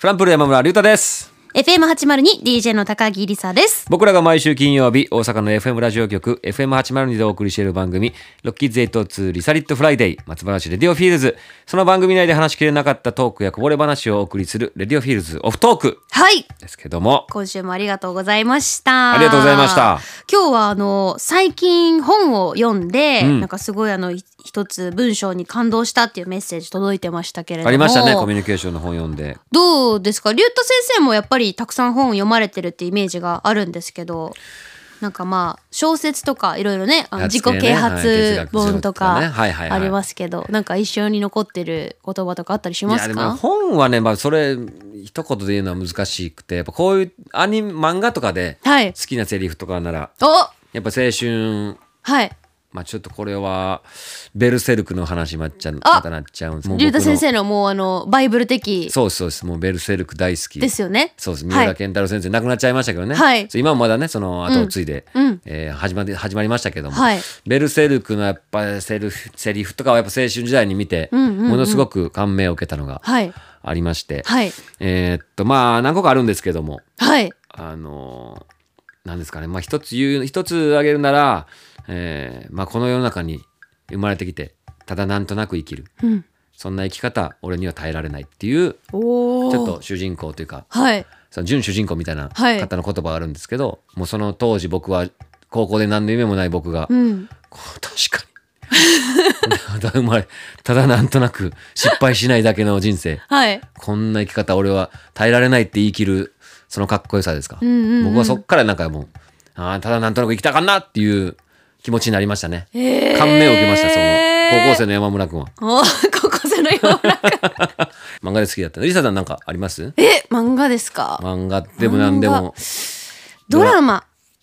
フランプール山村隆太です。 FM802 DJ の高木梨沙です。 僕らが毎週金曜日大阪の FM ラジオ局 FM802 でお送りしている番組ロッキーズ802リサリットフライデー松原市レディオフィールズ。その番組内で話しきれなかったトークやこぼれ話をお送りするレディオフィールズオフトークはいですけども、 今週もありがとうございました。 ありがとうございました。 今日は最近本を読んで、なんかすごい一つ文章に感動したっていうメッセージ届いてましたけれども、 ありましたね。コミュニケーションの本読んでどうですか。竜太先生もやっぱりたくさん本読まれてるってイメージがあるんですけど、なんかまあ小説とかいろいろね、自己啓発本とかありますけど、なんか一緒に残ってる言葉とかあったりしますか？ いやでも本はね、それ一言で言うのは難しくて、やっぱこういう漫画とかで好きなセリフとかなら、やっぱ青春、ちょっとこれはベルセルクの話またなっちゃうんです。 竜太先生のもうバイブル的。 そうです。もうベルセルク大好きですよね。 そうです。三浦健太郎先生亡くなっちゃいましたけどね、今もまだねその後を継いで、始まりましたけども、ベルセルクのやっぱセリフとかはやっぱ青春時代に見て、ものすごく感銘を受けたのがありまして、何個かあるんですけども、なんですかね、一つ挙げるなら、この世の中に生まれてきてただなんとなく生きる、そんな生き方俺には耐えられないっていうちょっと主人公というか、その準主人公みたいな方の言葉があるんですけど、もうその当時僕は高校で何の夢もない僕が、確かにただなんとなく失敗しないだけの人生、こんな生き方俺は耐えられないって言い切るそのかっこよさですか。僕はそっからなんかもうただなんとなく生きたかんなっていう気持ちになりましたね。感銘を受けました。その高校生の山村くんは。 高校生の山村くん漫画で好きだったの。リサさんなんかあります？ 漫画ですか？ 漫画でも何でも。 ドラマ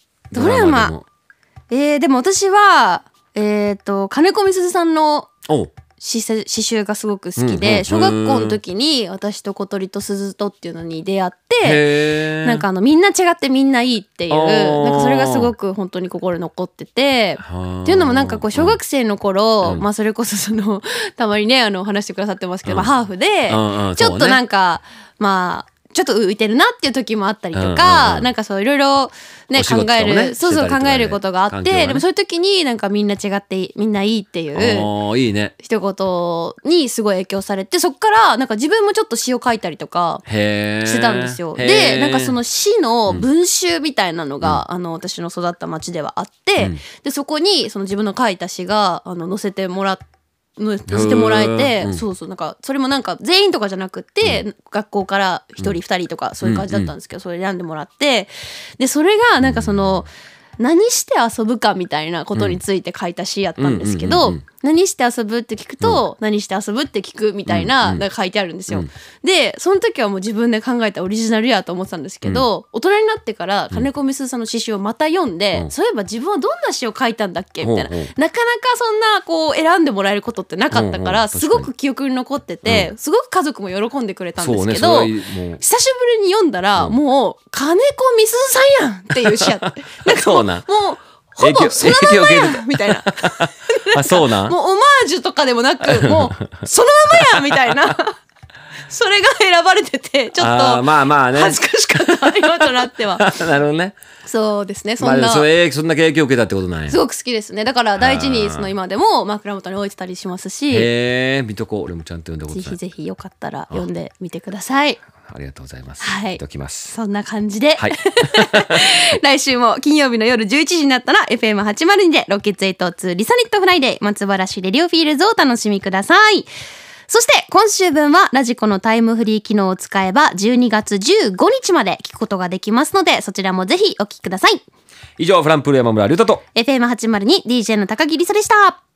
でも私は金子みすずさんの詩集がすごく好きで、小学校の時に私と小鳥と鈴とっていうのに出会って、なんかみんな違ってみんないいっていう、なんかそれがすごく本当に心に残ってて、っていうのもなんかこう小学生の頃、それこそたまにね話してくださってますけど、ハーフでちょっとなんかちょっと浮いてるなっていう時もあったりとか、なんかそういろいろね考える、考えることがあって、でもそういう時になんかみんな違ってみんないいっていう一言にすごい影響されて、そっからなんか自分もちょっと詩を書いたりとかしてたんですよ。でなんかその詩の文集みたいなのが私の育った町ではあって、でそこにその自分の書いた詩が載せてもらえて、なんかそれもなんか全員とかじゃなくて、学校から1人2人とかそういう感じだったんですけど、それ選んでもらって、でそれがなんか何して遊ぶかみたいなことについて書いた詩やったんですけど、何して遊ぶって聞くと、何して遊ぶって聞くみたいな、なんか書いてあるんですよ。でその時はもう自分で考えたオリジナルやと思ってたんですけど、大人になってから金子みすずさんの詩集をまた読んで、そういえば自分はどんな詩を書いたんだっけみたいな、なかなかそんなこう選んでもらえることってなかったから、すごく記憶に残ってて、すごく家族も喜んでくれたんですけど、久しぶりに読んだら、もう金子みすずさんやんっていう詩やってなんかもうほぼそのままやみたいなそうなんもうオマージュとかでもなく、もうそのままやみたいなそれが選ばれてて、ちょっと恥ずかしかった今となってはなるほどね。 そうですね。 そんな影響を受けたってことなんや。 すごく好きですね。だから大事に今でも枕元に置いてたりしますし、 見とこう。俺もちゃんと読んだことない。 ぜひぜひよかったら読んでみてください。 ありがとうございます。見ときます。 そんな感じで、来週も金曜日の夜11時になったら FM802 でロケッツ802リサニットフライデー松原市レディオフィールズをお楽しみください。そして今週分はラジコのタイムフリー機能を使えば12月15日まで聞くことができますので、そちらもぜひお聞きください。 以上フランプール山村隆太と FM802 DJ の高木梨沙でした。